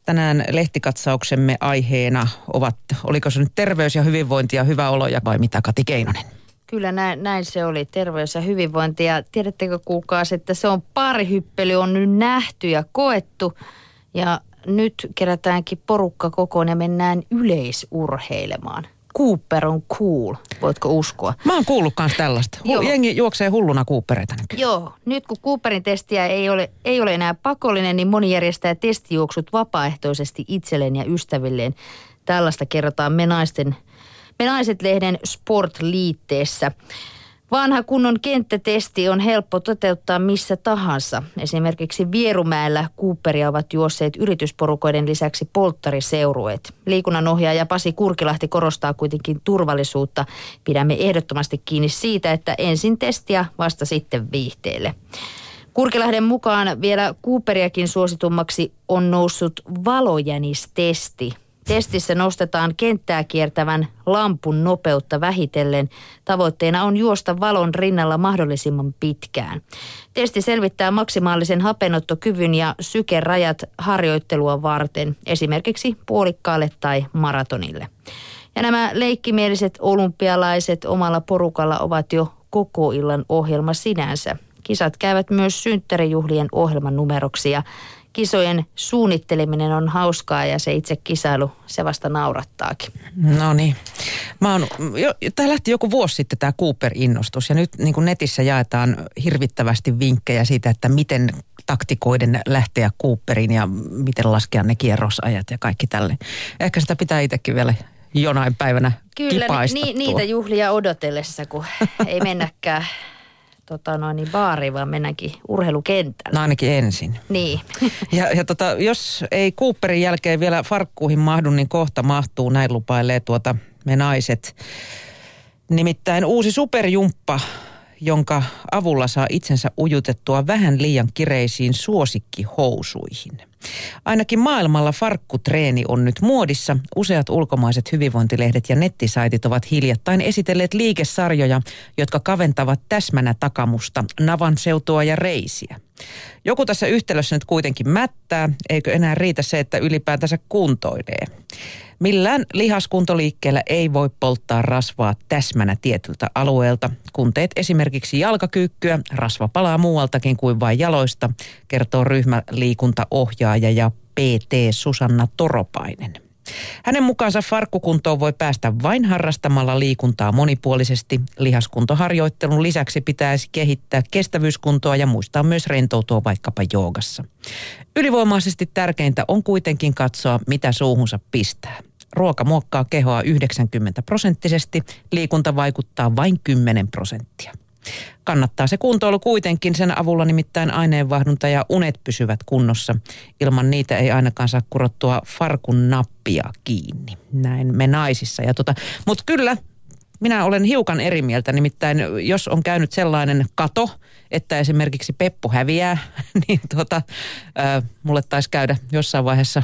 Tänään lehtikatsauksemme aiheena ovat, oliko se nyt terveys ja hyvinvointi ja hyvä olo ja vai mitä, Kati Keinonen? Kyllä näin se oli, terveys ja hyvinvointi. Ja tiedättekö kuulkaas, että se on parihyppely on nyt nähty ja koettu. Ja nyt kerätäänkin porukka kokoon ja mennään yleisurheilemaan. Cooper on cool, voitko uskoa? Mä oon kuullut kans tällaista. Jengi juoksee hulluna Coopereita nykyään. Joo, nyt kun Cooperin testiä ei ole enää pakollinen, niin moni järjestää testijuoksut vapaaehtoisesti itselleen ja ystävilleen. Tällaista kerrotaan Me Naiset-lehden Sport-liitteessä. Vanha kunnon kenttätesti on helppo toteuttaa missä tahansa. Esimerkiksi Vierumäellä Cooperia ovat juosseet yritysporukoiden lisäksi polttariseurueet. Liikunnanohjaaja Pasi Kurkilahti korostaa kuitenkin turvallisuutta. Pidämme ehdottomasti kiinni siitä, että ensin testiä, vasta sitten viihteelle. Kurkilahden mukaan vielä Cooperiakin suositummaksi on noussut valojänistesti. Testissä nostetaan kenttää kiertävän lampun nopeutta vähitellen. Tavoitteena on juosta valon rinnalla mahdollisimman pitkään. Testi selvittää maksimaalisen hapenottokyvyn ja sykerajat harjoittelua varten, esimerkiksi puolikkaalle tai maratonille. Ja nämä leikkimieliset olympialaiset omalla porukalla ovat jo koko illan ohjelma sinänsä. Kisat käyvät myös synttärijuhlien ohjelman numeroksi ja kisojen suunnitteleminen on hauskaa ja se itse kisailu, se vasta naurattaakin. No niin. Tämä lähti joku vuosi sitten tämä Cooper-innostus ja nyt niin kuin netissä jaetaan hirvittävästi vinkkejä siitä, että miten taktikoiden lähteä Cooperiin ja miten laskea ne kierrosajat ja kaikki tälle. Ehkä sitä pitää itsekin vielä jonain päivänä kipaista. Kyllä, niitä juhlia odotellessa, kun ei mennäkään baariin, vaan mennäänkin urheilukentälle. No ainakin ensin. Niin. Ja jos ei Cooperin jälkeen vielä farkkuihin mahdu, niin kohta mahtuu, näin lupailee Me Naiset. Nimittäin uusi superjumppa, jonka avulla saa itsensä ujutettua vähän liian kireisiin suosikkihousuihin. Ainakin maailmalla farkkutreeni on nyt muodissa. Useat ulkomaiset hyvinvointilehdet ja nettisaitit ovat hiljattain esitelleet liikesarjoja, jotka kaventavat täsmänä takamusta, navan seutua ja reisiä. Joku tässä yhtälössä nyt kuitenkin mättää, eikö enää riitä se, että ylipäätänsä kuntoilee. Millään lihaskuntoliikkeellä ei voi polttaa rasvaa täsmänä tietyltä alueelta. Kun teet esimerkiksi jalkakyykkyä, rasva palaa muualtakin kuin vain jaloista, kertoo ryhmäliikuntaohjaaja ja PT Susanna Toropainen. Hänen mukaansa farkkukuntoon voi päästä vain harrastamalla liikuntaa monipuolisesti. Lihaskuntoharjoittelun lisäksi pitäisi kehittää kestävyyskuntoa ja muistaa myös rentoutua vaikkapa joogassa. Ylivoimaisesti tärkeintä on kuitenkin katsoa, mitä suuhunsa pistää. Ruoka muokkaa kehoa 90%, liikunta vaikuttaa vain 10%. Kannattaa se kuntoilu kuitenkin, sen avulla nimittäin aineenvaihdunta ja unet pysyvät kunnossa. Ilman niitä ei ainakaan saa kurottua farkun nappia kiinni. Näin Me Naisissa. Mutta kyllä, minä olen hiukan eri mieltä, nimittäin jos on käynyt sellainen kato, että esimerkiksi Peppu häviää, niin mulle taisi käydä jossain vaiheessa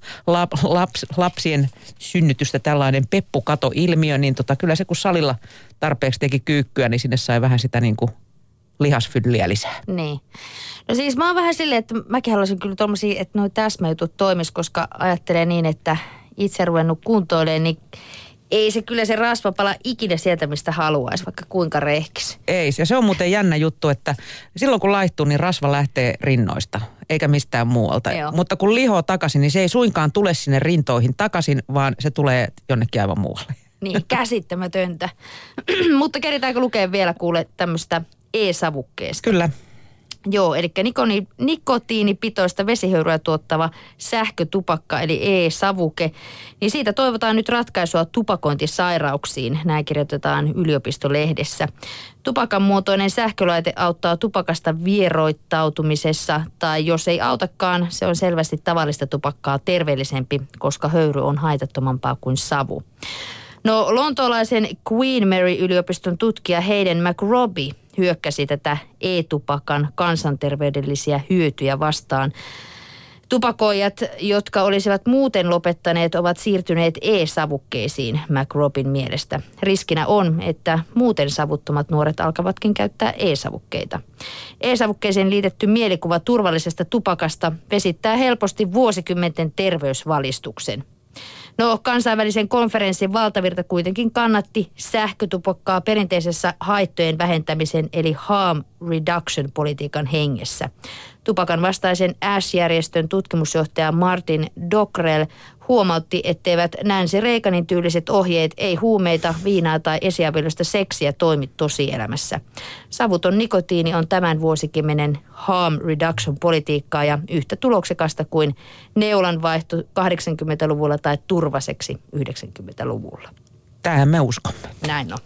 lapsien synnytystä tällainen Peppu-kato-ilmiö, niin kyllä se kun salilla tarpeeksi teki kyykkyä, niin sinne sai vähän sitä niin kuin lihasfylliä lisää. Niin. No siis mä oon vähän silleen, että mäkin haluaisin kyllä tommosia, että noi täsmäjutut toimis, koska ajattelee niin, että itse ruvennut kuntoilemaan, niin ei se kyllä se rasva pala ikinä sieltä, mistä haluaisi, vaikka kuinka rehkisi. Ei, ja se on muuten jännä juttu, että silloin kun laihtuu, niin rasva lähtee rinnoista, eikä mistään muualta. Joo. Mutta kun lihoo takaisin, niin se ei suinkaan tule sinne rintoihin takaisin, vaan se tulee jonnekin aivan muualle. Niin, käsittämätöntä. Mutta keritäänkö lukea vielä kuule tämmöistä e-savukkeesta? Kyllä. Joo, eli nikotiinipitoista vesihöyryä tuottava sähkötupakka, eli e-savuke. Niin siitä toivotaan nyt ratkaisua tupakointisairauksiin, näin kirjoitetaan yliopistolehdessä. Tupakan muotoinen sähkölaite auttaa tupakasta vieroittautumisessa, tai jos ei autakaan, se on selvästi tavallista tupakkaa terveellisempi, koska höyry on haitattomampaa kuin savu. No, lontoolaisen Queen Mary-yliopiston tutkija Hayden McRobbie hyökkäsi tätä e-tupakan kansanterveydellisiä hyötyjä vastaan. Tupakoijat, jotka olisivat muuten lopettaneet, ovat siirtyneet e-savukkeisiin, McRobin mielestä. Riskinä on, että muuten savuttomat nuoret alkavatkin käyttää e-savukkeita. E-savukkeeseen liitetty mielikuva turvallisesta tupakasta vesittää helposti vuosikymmenten terveysvalistuksen. No, kansainvälisen konferenssin valtavirta kuitenkin kannatti sähkötupakkaa perinteisessä haittojen vähentämisen eli harm reduction politiikan hengessä. Tupakan vastaisen ASH-järjestön tutkimusjohtaja Martin Dockrell huomautti, etteivät Nancy Reaganin tyyliset ohjeet ei huumeita, viinaa tai esiaviollista seksiä toimi tosielämässä. Savuton nikotiini on tämän vuosikymmenen harm reduction politiikkaa ja yhtä tuloksekasta kuin neulanvaihto 80-luvulla tai turvaseksi 90-luvulla. Tähän me uskomme. Näin on.